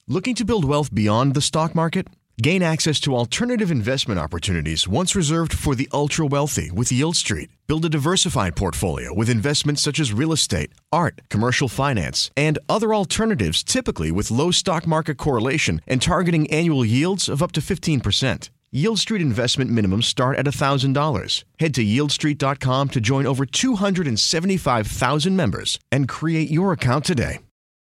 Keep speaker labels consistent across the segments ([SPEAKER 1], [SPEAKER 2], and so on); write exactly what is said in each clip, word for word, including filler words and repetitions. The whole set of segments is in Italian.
[SPEAKER 1] Looking to build wealth beyond the stock market? Gain access to alternative investment opportunities once reserved for the ultra-wealthy with Yield Street. Build a diversified portfolio with investments such as real estate, art, commercial finance, and other alternatives typically with low stock market correlation and targeting annual yields of up to fifteen percent. Yield Street investment minimums start at one thousand dollars. Head to yield street dot com to join over two hundred seventy-five thousand members and create your account today.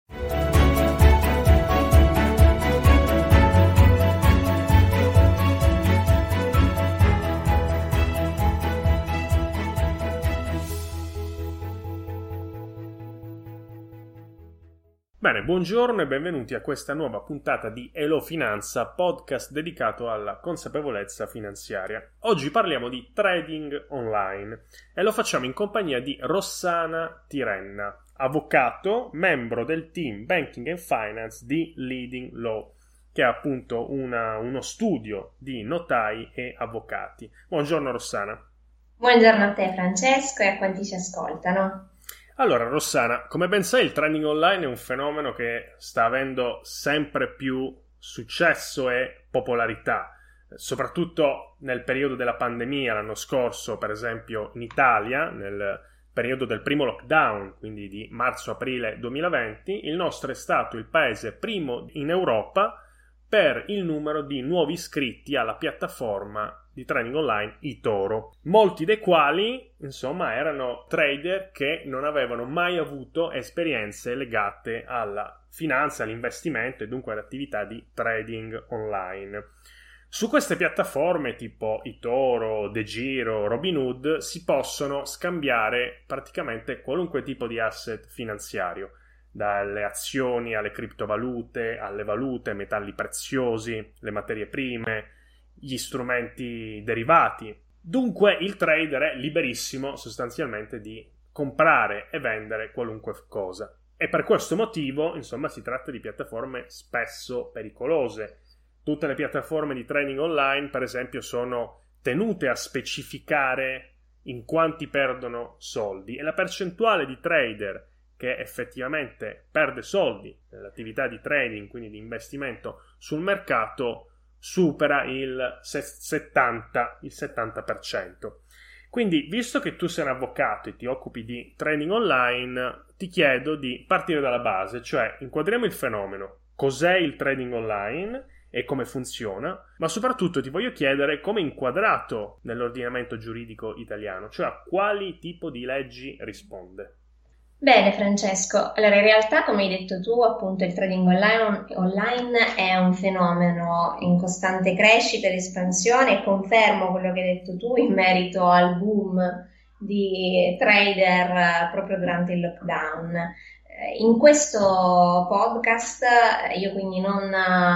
[SPEAKER 2] Bene, buongiorno e benvenuti a questa nuova puntata di Elo Finanza, podcast dedicato alla consapevolezza finanziaria. Oggi parliamo di trading online e lo facciamo in compagnia di Rossana Tirenna, avvocato, membro del team Banking and Finance di Leading Law, che è appunto una, uno studio di notai e avvocati. Buongiorno Rossana.
[SPEAKER 3] Buongiorno a te Francesco e a quanti ci ascoltano.
[SPEAKER 2] Allora Rossana, come ben sai il trading online è un fenomeno che sta avendo sempre più successo e popolarità, soprattutto nel periodo della pandemia l'anno scorso, per esempio in Italia, nel periodo del primo lockdown, quindi di marzo-aprile duemilaventi, il nostro è stato il paese primo in Europa per il numero di nuovi iscritti alla piattaforma di trading online eToro, molti dei quali insomma erano trader che non avevano mai avuto esperienze legate alla finanza, all'investimento e dunque all'attività di trading online. Su queste piattaforme tipo eToro, DeGiro, Robinhood si possono scambiare praticamente qualunque tipo di asset finanziario, dalle azioni alle criptovalute, alle valute, metalli preziosi, le materie prime, gli strumenti derivati. Dunque il trader è liberissimo sostanzialmente di comprare e vendere qualunque cosa. E per questo motivo, insomma, si tratta di piattaforme spesso pericolose. Tutte le piattaforme di trading online, per esempio, sono tenute a specificare in quanti perdono soldi e la percentuale di trader che effettivamente perde soldi nell'attività di trading, quindi di investimento sul mercato, supera il settanta per cento. Quindi, visto che tu sei un avvocato e ti occupi di trading online, ti chiedo di partire dalla base, cioè inquadriamo il fenomeno, cos'è il trading online e come funziona, ma soprattutto ti voglio chiedere come è inquadrato nell'ordinamento giuridico italiano, cioè a quali tipo di leggi risponde.
[SPEAKER 3] Bene Francesco, allora in realtà come hai detto tu appunto il trading online, online è un fenomeno in costante crescita ed espansione e confermo quello che hai detto tu in merito al boom di trader proprio durante il lockdown. In questo podcast io quindi non,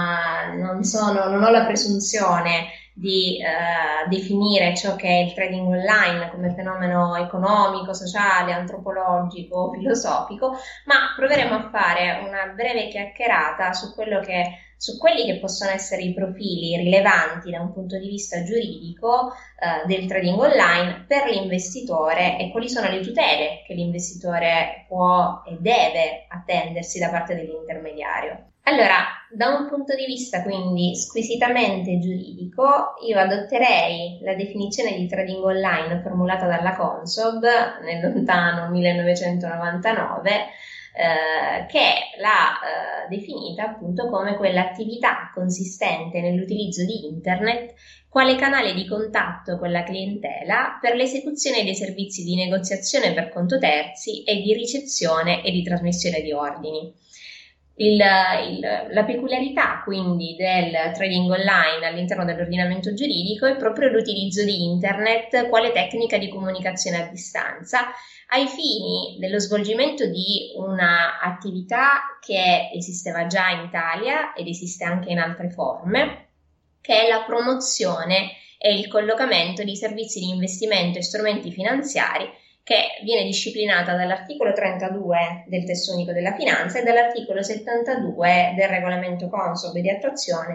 [SPEAKER 3] non, sono, non ho la presunzione di uh, definire ciò che è il trading online come fenomeno economico, sociale, antropologico, filosofico, ma proveremo a fare una breve chiacchierata su quello che su quelli che possono essere i profili rilevanti da un punto di vista giuridico uh, del trading online per l'investitore e quali sono le tutele che l'investitore può e deve attendersi da parte dell'intermediario. Allora, da un punto di vista quindi squisitamente giuridico, io adotterei la definizione di trading online formulata dalla Consob nel lontano millenovecentonovantanove, eh, che l'ha eh, definita appunto come quell'attività consistente nell'utilizzo di internet quale canale di contatto con la clientela per l'esecuzione dei servizi di negoziazione per conto terzi e di ricezione e di trasmissione di ordini. Il, il, la peculiarità quindi del trading online all'interno dell'ordinamento giuridico è proprio l'utilizzo di internet quale tecnica di comunicazione a distanza ai fini dello svolgimento di una attività che esisteva già in Italia ed esiste anche in altre forme, che è la promozione e il collocamento di servizi di investimento e strumenti finanziari che viene disciplinata dall'articolo trentadue del Testo Unico della Finanza e dall'articolo settantadue del Regolamento Consob di attuazione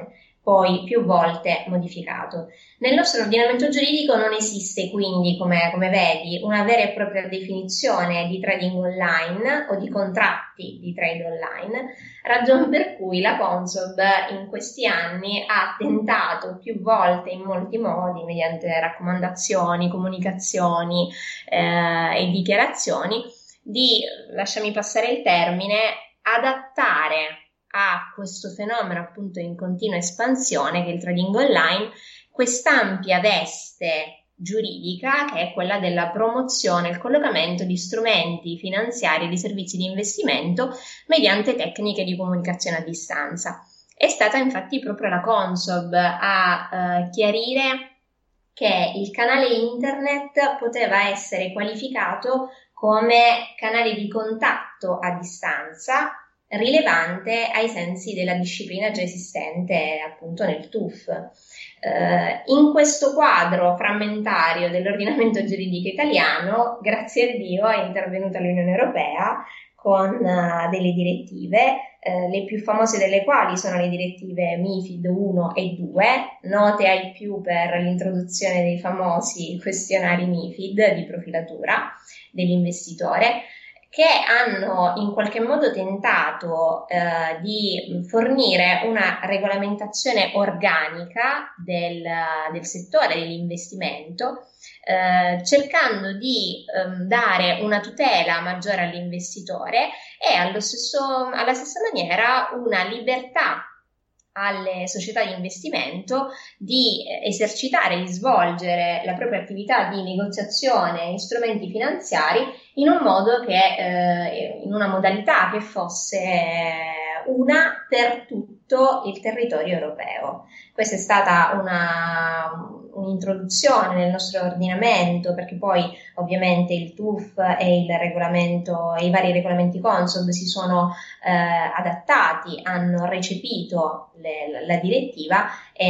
[SPEAKER 3] poi più volte modificato. Nel nostro ordinamento giuridico non esiste quindi, come, come vedi, una vera e propria definizione di trading online o di contratti di trade online, ragion per cui la Consob in questi anni ha tentato più volte, in molti modi, mediante raccomandazioni, comunicazioni eh, e dichiarazioni, di, lasciami passare il termine, adattare a questo fenomeno appunto in continua espansione che è il trading online quest'ampia veste giuridica che è quella della promozione e il collocamento di strumenti finanziari e di servizi di investimento mediante tecniche di comunicazione a distanza. È stata infatti proprio la Consob a eh, chiarire che il canale internet poteva essere qualificato come canale di contatto a distanza rilevante ai sensi della disciplina già esistente appunto nel T U F. Eh, in questo quadro frammentario dell'ordinamento giuridico italiano, grazie a Dio, è intervenuta l'Unione Europea con uh, delle direttive, eh, le più famose delle quali sono le direttive MiFID uno e due, note ai più per l'introduzione dei famosi questionari MiFID di profilatura dell'investitore, che hanno in qualche modo tentato eh, di fornire una regolamentazione organica del, del settore dell'investimento, eh, cercando di eh, dare una tutela maggiore all'investitore e allo stesso, alla stessa maniera una libertà alle società di investimento di esercitare, di svolgere la propria attività di negoziazione in strumenti finanziari in un modo che, eh, in una modalità che fosse una per tutto il territorio europeo. Questa è stata una, un'introduzione nel nostro ordinamento, perché poi ovviamente il T U F e il regolamento e i vari regolamenti Consob si sono eh, adattati, hanno recepito le, la, la direttiva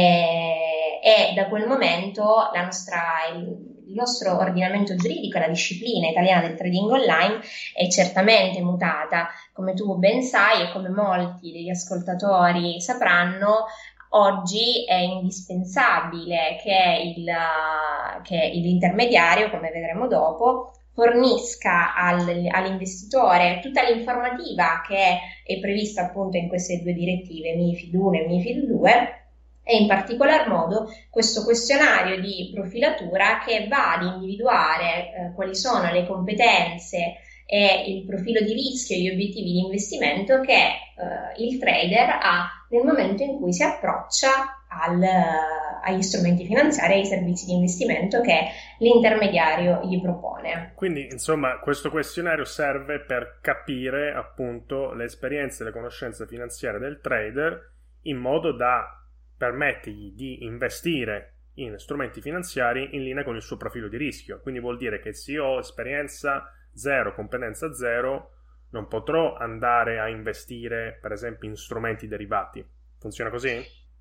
[SPEAKER 3] e, e da quel momento la nostra, il, il nostro ordinamento giuridico, la disciplina italiana del trading online è certamente mutata. Come tu ben sai e come molti degli ascoltatori sapranno, oggi è indispensabile che, il, che l'intermediario, come vedremo dopo, fornisca al, all'investitore tutta l'informativa che è prevista appunto in queste due direttive, MiFID uno e MiFID due, e in particolar modo questo questionario di profilatura che va ad individuare eh, quali sono le competenze e il profilo di rischio e gli obiettivi di investimento che eh, il trader ha nel momento in cui si approccia al, agli strumenti finanziari e ai servizi di investimento che l'intermediario gli propone.
[SPEAKER 2] Quindi, insomma, questo questionario serve per capire appunto le esperienze e le conoscenze finanziarie del trader in modo da permettergli di investire in strumenti finanziari in linea con il suo profilo di rischio. Quindi vuol dire che se io ho esperienza zero, competenza zero, non potrò andare a investire per esempio in strumenti derivati. Funziona così?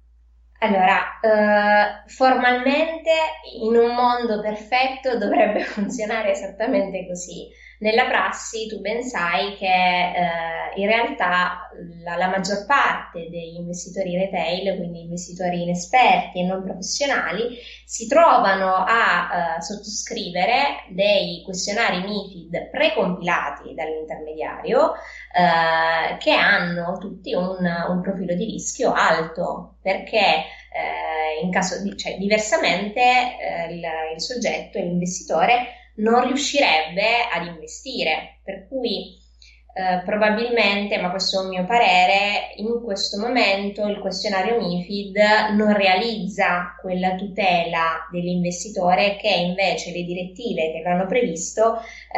[SPEAKER 3] Allora, eh, formalmente in un mondo perfetto dovrebbe funzionare esattamente così. Nella prassi tu ben sai che eh, in realtà la, la maggior parte degli investitori retail, quindi investitori inesperti e non professionali, si trovano a eh, sottoscrivere dei questionari MiFID precompilati dall'intermediario eh, che hanno tutti un, un profilo di rischio alto, perché eh, in caso di, cioè, diversamente eh, il, il soggetto, l'investitore, non riuscirebbe ad investire, per cui eh, probabilmente, ma questo è un mio parere, in questo momento il questionario MiFID non realizza quella tutela dell'investitore che invece le direttive che l'hanno previsto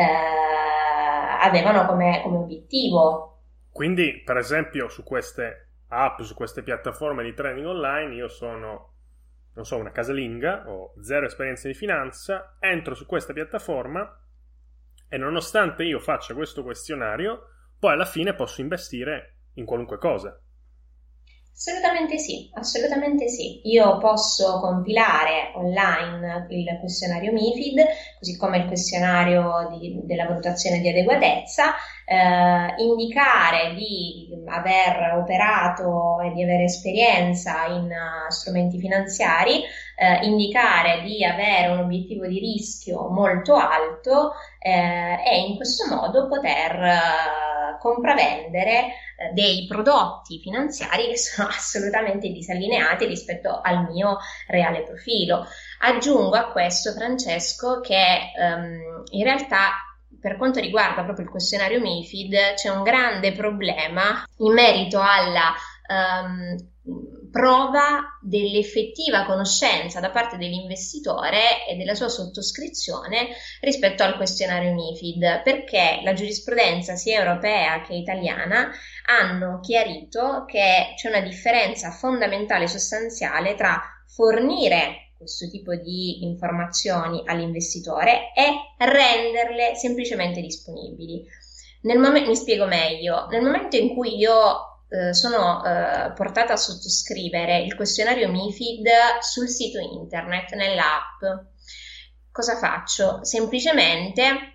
[SPEAKER 3] eh, avevano come, come obiettivo.
[SPEAKER 2] Quindi, per esempio, su queste app, su queste piattaforme di trading online, io sono, non so, una casalinga, ho zero esperienza di finanza, entro su questa piattaforma e nonostante io faccia questo questionario, poi alla fine posso investire in qualunque cosa.
[SPEAKER 3] Assolutamente sì, assolutamente sì. Io posso compilare online il questionario MiFID, così come il questionario di, della valutazione di adeguatezza, eh, indicare di aver operato e di avere esperienza in uh, strumenti finanziari, eh, indicare di avere un obiettivo di rischio molto alto eh, e in questo modo poter uh, compravendere dei prodotti finanziari che sono assolutamente disallineati rispetto al mio reale profilo. Aggiungo a questo, Francesco, che um, in realtà per quanto riguarda proprio il questionario MiFID c'è un grande problema in merito alla um, prova dell'effettiva conoscenza da parte dell'investitore e della sua sottoscrizione rispetto al questionario MiFID, perché la giurisprudenza sia europea che italiana hanno chiarito che c'è una differenza fondamentale e sostanziale tra fornire questo tipo di informazioni all'investitore e renderle semplicemente disponibili. Nel mom- mi spiego meglio. Nel momento in cui io eh, sono eh, portata a sottoscrivere il questionario MiFID sul sito internet, nell'app, cosa faccio? Semplicemente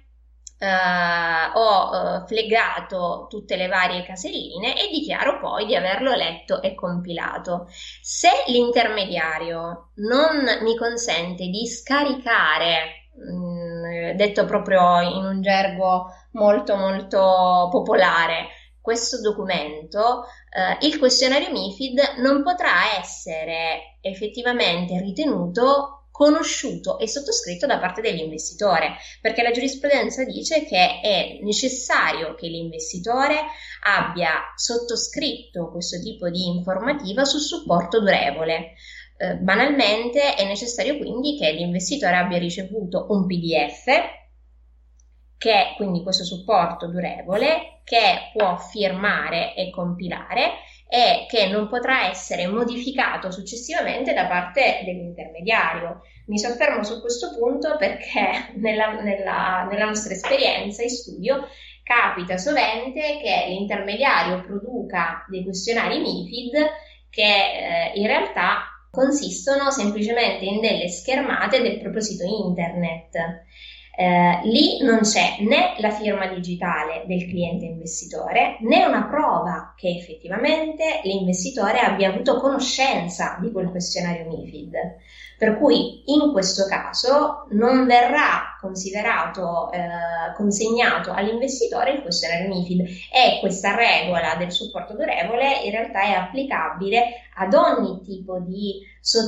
[SPEAKER 3] Uh, ho uh, flegato tutte le varie caselline e dichiaro poi di averlo letto e compilato. Se l'intermediario non mi consente di scaricare, mh, detto proprio in un gergo molto molto popolare, questo documento, uh, il questionario MiFID non potrà essere effettivamente ritenuto conosciuto e sottoscritto da parte dell'investitore, perché la giurisprudenza dice che è necessario che l'investitore abbia sottoscritto questo tipo di informativa su supporto durevole. Eh, banalmente è necessario quindi che l'investitore abbia ricevuto un P D F, che è quindi questo supporto durevole, che può firmare e compilare e che non potrà essere modificato successivamente da parte dell'intermediario. Mi soffermo su questo punto perché nella, nella, nella nostra esperienza in studio capita sovente che l'intermediario produca dei questionari MiFID che eh, in realtà consistono semplicemente in delle schermate del proprio sito internet. Eh, lì non c'è né la firma digitale del cliente investitore né una prova che effettivamente l'investitore abbia avuto conoscenza di quel questionario MiFID, per cui in questo caso non verrà considerato eh, consegnato all'investitore il questionario MiFID e questa regola del supporto durevole in realtà è applicabile ad ogni tipo di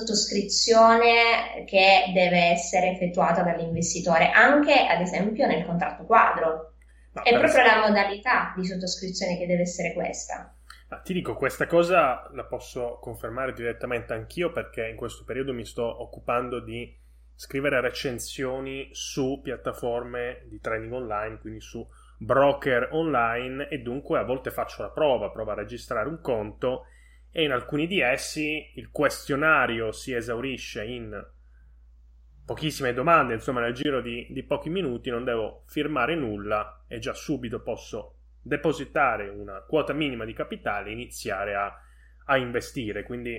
[SPEAKER 3] sottoscrizione che deve essere effettuata dall'investitore, anche ad esempio nel contratto quadro. No, è proprio essere... la modalità di sottoscrizione che deve essere questa.
[SPEAKER 2] Ah, ti dico, questa cosa la posso confermare direttamente anch'io, perché in questo periodo mi sto occupando di scrivere recensioni su piattaforme di trading online, quindi su broker online, e dunque a volte faccio la prova, provo a registrare un conto e in alcuni di essi il questionario si esaurisce in pochissime domande, insomma nel giro di, di pochi minuti non devo firmare nulla e già subito posso depositare una quota minima di capitale e iniziare a, a investire. Quindi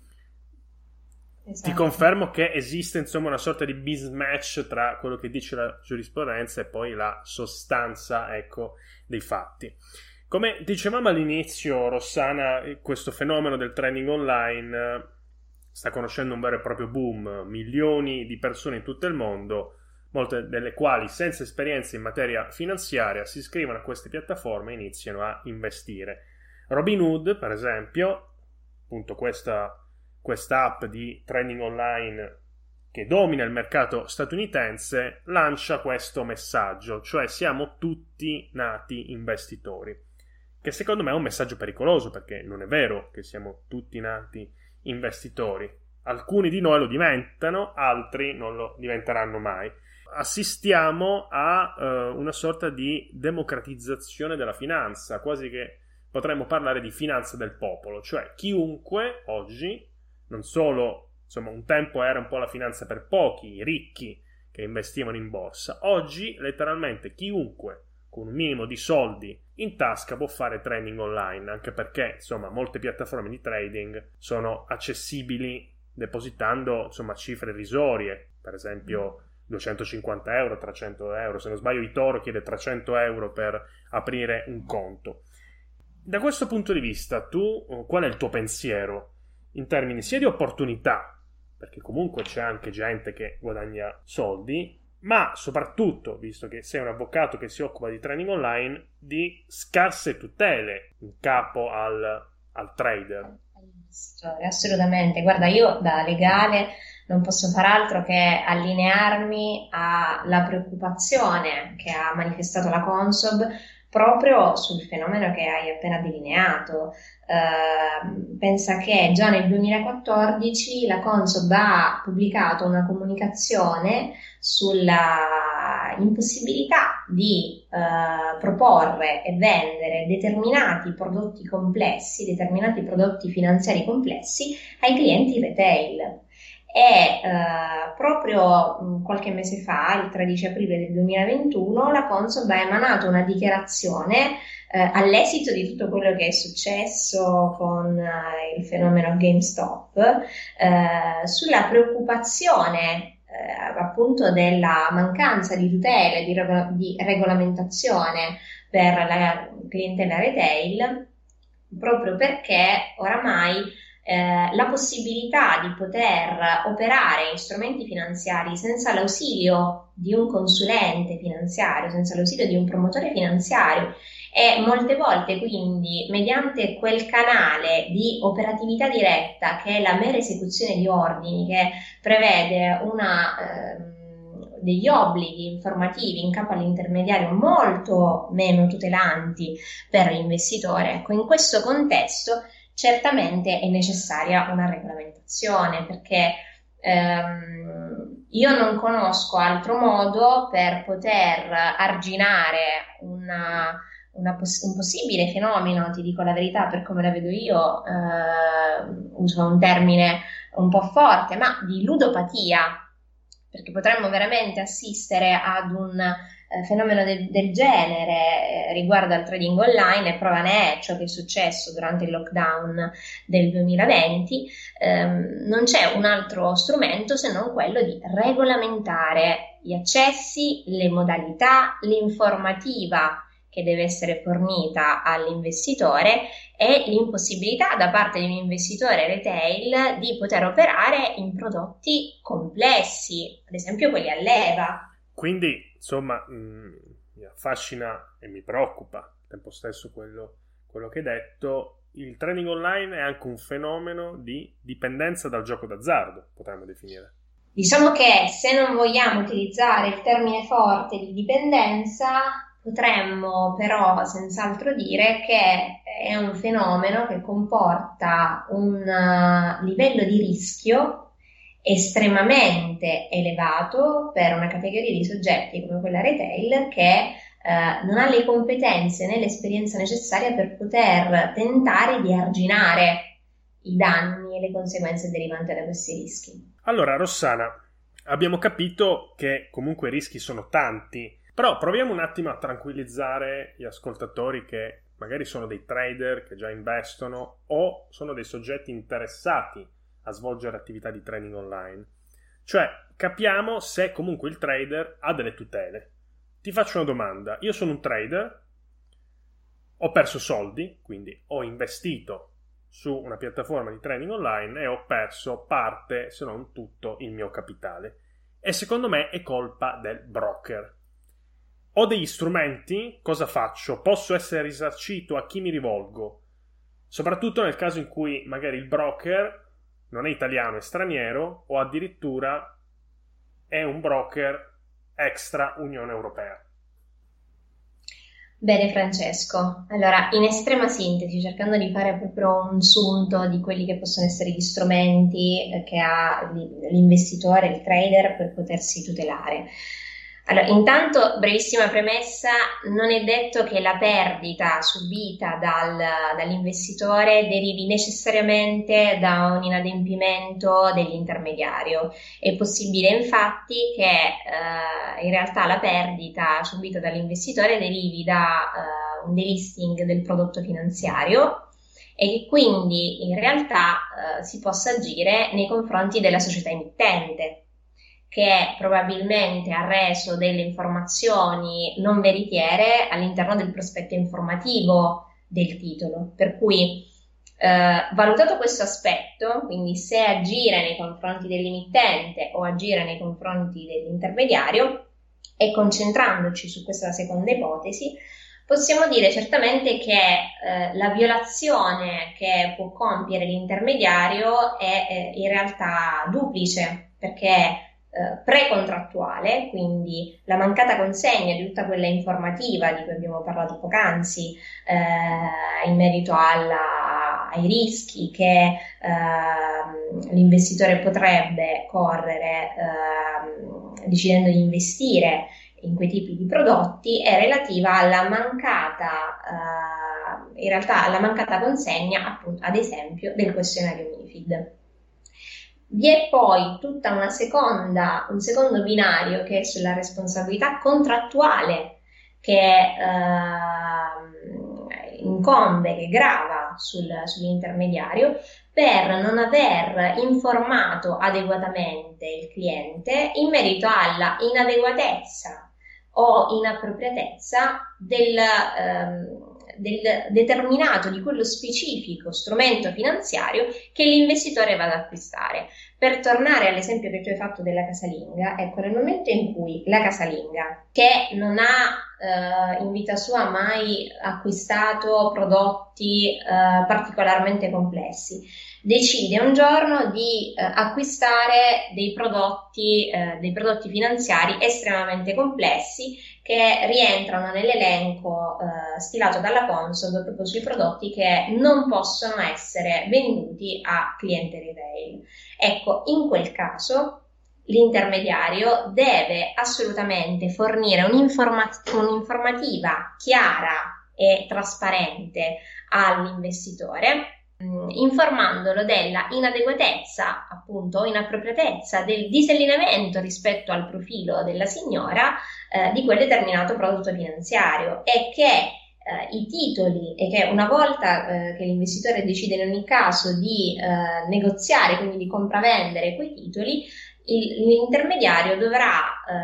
[SPEAKER 2] esatto. Ti confermo che esiste insomma una sorta di mismatch tra quello che dice la giurisprudenza e poi la sostanza, ecco, dei fatti. Come dicevamo all'inizio, Rossana, questo fenomeno del trading online sta conoscendo un vero e proprio boom. Milioni di persone in tutto il mondo, molte delle quali senza esperienza in materia finanziaria, si iscrivono a queste piattaforme e iniziano a investire. Robinhood, per esempio, appunto questa, questa app di trading online che domina il mercato statunitense, lancia questo messaggio, cioè siamo tutti nati investitori, che secondo me è un messaggio pericoloso, perché non è vero che siamo tutti nati investitori. Alcuni di noi lo diventano, altri non lo diventeranno mai. Assistiamo a uh, una sorta di democratizzazione della finanza, quasi che potremmo parlare di finanza del popolo, cioè chiunque oggi, non solo, insomma, un tempo era un po' la finanza per pochi, i ricchi che investivano in borsa, oggi letteralmente chiunque con un minimo di soldi in tasca può fare trading online, anche perché insomma molte piattaforme di trading sono accessibili depositando insomma cifre irrisorie, per esempio duecentocinquanta euro, trecento euro, se non sbaglio eToro chiede trecento euro per aprire un conto. Da questo punto di vista, tu qual è il tuo pensiero in termini sia di opportunità, perché comunque c'è anche gente che guadagna soldi, ma soprattutto, visto che sei un avvocato che si occupa di trading online, di scarse tutele in capo al, al trader?
[SPEAKER 3] Assolutamente, guarda, io da legale non posso far altro che allinearmi alla preoccupazione che ha manifestato la Consob proprio sul fenomeno che hai appena delineato. Uh, pensa che già nel duemilaquattordici la Consob ha pubblicato una comunicazione sulla impossibilità di uh, proporre e vendere determinati prodotti complessi, determinati prodotti finanziari complessi ai clienti retail. E eh, proprio mh, qualche mese fa, il tredici aprile del duemilaventuno, la Consob ha emanato una dichiarazione eh, all'esito di tutto quello che è successo con eh, il fenomeno GameStop eh, sulla preoccupazione eh, appunto della mancanza di tutele, di, rego- di regolamentazione per la clientela retail, proprio perché oramai Eh, la possibilità di poter operare in strumenti finanziari senza l'ausilio di un consulente finanziario, senza l'ausilio di un promotore finanziario e molte volte quindi mediante quel canale di operatività diretta che è la mera esecuzione di ordini, che prevede una ehm, degli obblighi informativi in capo all'intermediario molto meno tutelanti per l'investitore. Ecco, in questo contesto certamente è necessaria una regolamentazione, perché ehm, io non conosco altro modo per poter arginare una, una poss- un possibile fenomeno, ti dico la verità per come la vedo io, eh, uso un termine un po' forte, ma di ludopatia, perché potremmo veramente assistere ad un eh, fenomeno de- del genere eh, riguardo al trading online, e prova ne è ciò che è successo durante il lockdown del duemilaventi. Ehm, non c'è un altro strumento se non quello di regolamentare gli accessi, le modalità, l'informativa che deve essere fornita all'investitore e l'impossibilità da parte di un investitore retail di poter operare in prodotti complessi, ad esempio quelli a leva.
[SPEAKER 2] Quindi, insomma, mh, mi affascina e mi preoccupa al tempo stesso quello, quello che hai detto. Il trading online è anche un fenomeno di dipendenza dal gioco d'azzardo, potremmo definire.
[SPEAKER 3] Diciamo che se non vogliamo utilizzare il termine forte di dipendenza, potremmo però senz'altro dire che è un fenomeno che comporta un uh, livello di rischio estremamente elevato per una categoria di soggetti come quella retail che uh, non ha le competenze né l'esperienza necessaria per poter tentare di arginare i danni e le conseguenze derivanti da questi rischi.
[SPEAKER 2] Allora, Rossana, abbiamo capito che comunque i rischi sono tanti. Però proviamo un attimo a tranquillizzare gli ascoltatori che magari sono dei trader che già investono o sono dei soggetti interessati a svolgere attività di trading online. Cioè, capiamo se comunque il trader ha delle tutele. Ti faccio una domanda. Io sono un trader, ho perso soldi, quindi ho investito su una piattaforma di trading online e ho perso parte, se non tutto, il mio capitale. E secondo me è colpa del broker. Ho degli strumenti, cosa faccio? Posso essere risarcito? A chi mi rivolgo? Soprattutto nel caso in cui magari il broker non è italiano, è straniero, o addirittura è un broker extra Unione Europea.
[SPEAKER 3] Bene Francesco, allora in estrema sintesi, cercando di fare proprio un sunto di quelli che possono essere gli strumenti che ha l'investitore, il trader, per potersi tutelare. Allora, intanto, brevissima premessa, non è detto che la perdita subita dal, dall'investitore derivi necessariamente da un inadempimento dell'intermediario. È possibile infatti che eh, in realtà la perdita subita dall'investitore derivi da eh, un delisting del prodotto finanziario e che quindi in realtà eh, si possa agire nei confronti della società emittente, che probabilmente ha reso delle informazioni non veritiere all'interno del prospetto informativo del titolo. Per cui, eh, valutato questo aspetto, quindi se agire nei confronti dell'emittente o agire nei confronti dell'intermediario, e concentrandoci su questa seconda ipotesi, possiamo dire certamente che eh, la violazione che può compiere l'intermediario è eh, in realtà duplice, perché precontrattuale, quindi la mancata consegna di tutta quella informativa di cui abbiamo parlato poc'anzi eh, in merito alla, ai rischi che eh, l'investitore potrebbe correre eh, decidendo di investire in quei tipi di prodotti, è relativa alla mancata eh, in realtà alla mancata consegna, appunto, ad esempio, del questionario MiFID. Vi è poi tutta una seconda, un secondo binario che è sulla responsabilità contrattuale che eh, incombe, che grava sul, sull'intermediario per non aver informato adeguatamente il cliente in merito alla inadeguatezza o inappropriatezza del, ehm, del determinato, di quello specifico strumento finanziario che l'investitore va ad acquistare. Per tornare all'esempio che tu hai fatto della casalinga, ecco, nel momento in cui la casalinga, che non ha eh, in vita sua mai acquistato prodotti eh, particolarmente complessi, decide un giorno di eh, acquistare dei prodotti, eh, dei prodotti finanziari estremamente complessi che rientrano nell'elenco eh, stilato dalla Consob proprio sui prodotti che non possono essere venduti a cliente retail. Ecco, in quel caso l'intermediario deve assolutamente fornire un'informa- un'informativa chiara e trasparente all'investitore, informandolo della inadeguatezza, appunto, o inappropriatezza del disallineamento rispetto al profilo della signora eh, di quel determinato prodotto finanziario, e che eh, i titoli, e che una volta eh, che l'investitore decide in ogni caso di eh, negoziare, quindi di compravendere quei titoli, il, l'intermediario dovrà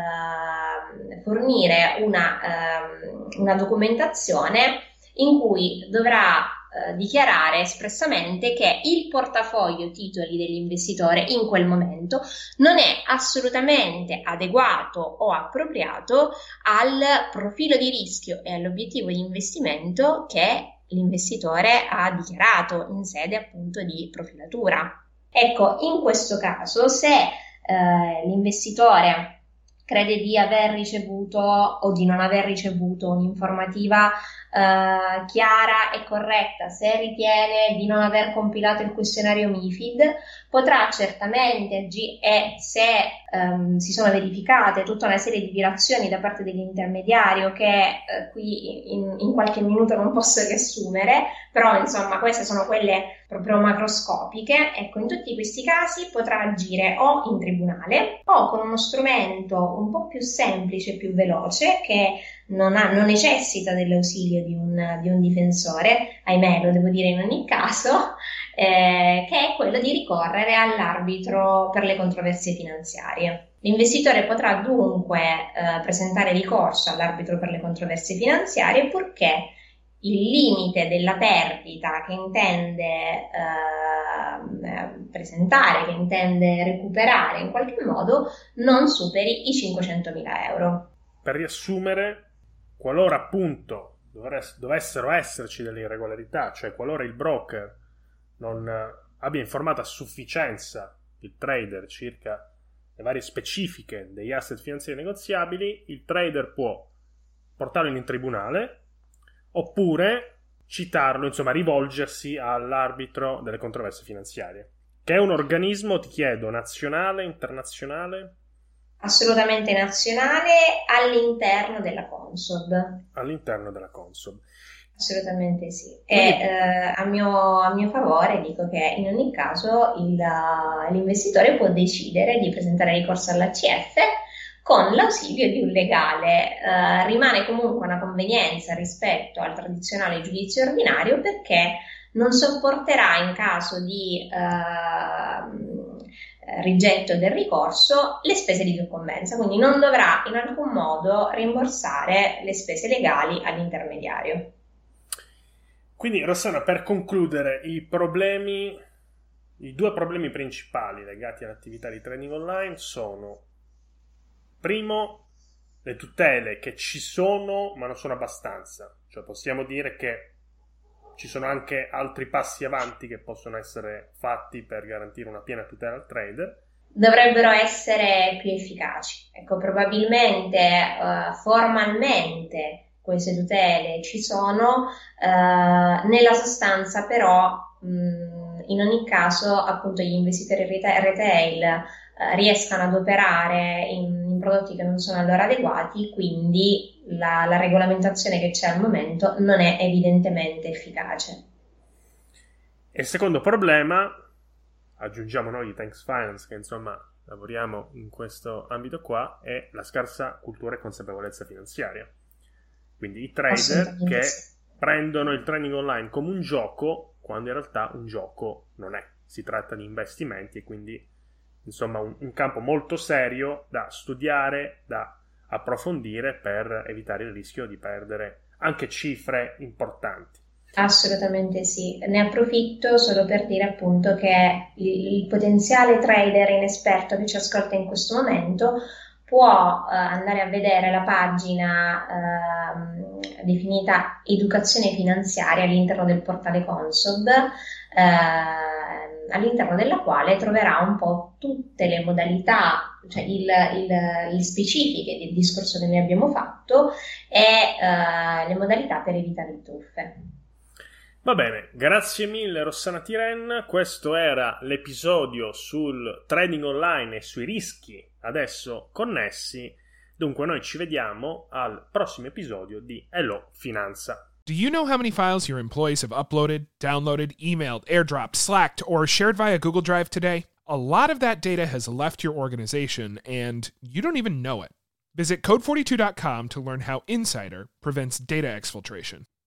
[SPEAKER 3] eh, fornire una, eh, una documentazione in cui dovrà dichiarare espressamente che il portafoglio titoli dell'investitore in quel momento non è assolutamente adeguato o appropriato al profilo di rischio e all'obiettivo di investimento che l'investitore ha dichiarato in sede appunto di profilatura. Ecco, in questo caso, se eh, l'investitore crede di aver ricevuto o di non aver ricevuto un'informativa Uh, chiara e corretta, se ritiene di non aver compilato il questionario MiFID, potrà certamente agire, e se um, si sono verificate tutta una serie di violazioni da parte dell'intermediario che uh, qui in, in qualche minuto non posso riassumere, però insomma queste sono quelle proprio macroscopiche, ecco, in tutti questi casi potrà agire o in tribunale o con uno strumento un po' più semplice, più veloce, che non, ha, non necessita dell'ausilio di un, di un difensore, ahimè, lo devo dire in ogni caso, eh, che è quello di ricorrere all'arbitro per le controversie finanziarie. L'investitore potrà dunque eh, presentare ricorso all'arbitro per le controversie finanziarie purché il limite della perdita che intende eh, presentare, che intende recuperare in qualche modo, non superi i cinquecentomila euro.
[SPEAKER 2] Per riassumere, qualora appunto dovessero esserci delle irregolarità, cioè qualora il broker non abbia informato a sufficienza il trader circa le varie specifiche degli asset finanziari negoziabili, il trader può portarlo in tribunale oppure citarlo, insomma rivolgersi all'arbitro delle controversie finanziarie, che è un organismo, ti chiedo, nazionale, internazionale?
[SPEAKER 3] Assolutamente nazionale all'interno della Consob.
[SPEAKER 2] All'interno della Consob.
[SPEAKER 3] Assolutamente sì. E eh, a, mio, a mio favore dico che in ogni caso il, l'investitore può decidere di presentare ricorso all'A C F con l'ausilio di un legale. Eh, rimane comunque una convenienza rispetto al tradizionale giudizio ordinario, perché non sopporterà in caso di eh, rigetto del ricorso le spese di soccombenza, quindi non dovrà in alcun modo rimborsare le spese legali all'intermediario.
[SPEAKER 2] Quindi, Rossana, per concludere, i problemi, i due problemi principali legati all'attività di trading online sono: primo, le tutele che ci sono ma non sono abbastanza, cioè possiamo dire che ci sono anche altri passi avanti che possono essere fatti per garantire una piena tutela al trader.
[SPEAKER 3] Dovrebbero essere più efficaci. Ecco, probabilmente uh, formalmente queste tutele ci sono, uh, nella sostanza però mh, in ogni caso appunto gli investitori retail, retail uh, riescano ad operare in, in prodotti che non sono a loro adeguati, quindi la, la regolamentazione che c'è al momento non è evidentemente efficace.
[SPEAKER 2] E il secondo problema, aggiungiamo noi di Thanks Finance, che insomma lavoriamo in questo ambito qua, è la scarsa cultura e consapevolezza finanziaria. Quindi i trader che prendono il trading online come un gioco, quando in realtà un gioco non è. Si tratta di investimenti e quindi insomma un, un campo molto serio da studiare, da approfondire per evitare il rischio di perdere anche cifre importanti.
[SPEAKER 3] Assolutamente sì, ne approfitto solo per dire appunto che il, il potenziale trader inesperto che ci ascolta in questo momento può eh, andare a vedere la pagina eh, definita Educazione Finanziaria all'interno del portale Consob, eh, all'interno della quale troverà un po' tutte le modalità, cioè il, il, le specifiche del discorso che noi abbiamo fatto e eh, le modalità per evitare le truffe.
[SPEAKER 2] Va bene, grazie mille Rossana Tiren, questo era l'episodio sul trading online e sui rischi adesso connessi, dunque noi ci vediamo al prossimo episodio di Hello Finanza.
[SPEAKER 4] Do you know how many files your employees have uploaded, downloaded, emailed, airdropped, slacked, or shared via Google Drive today? A lot of that data has left your organization and you don't even know it. Visit code forty-two dot com to learn how Insider prevents data exfiltration.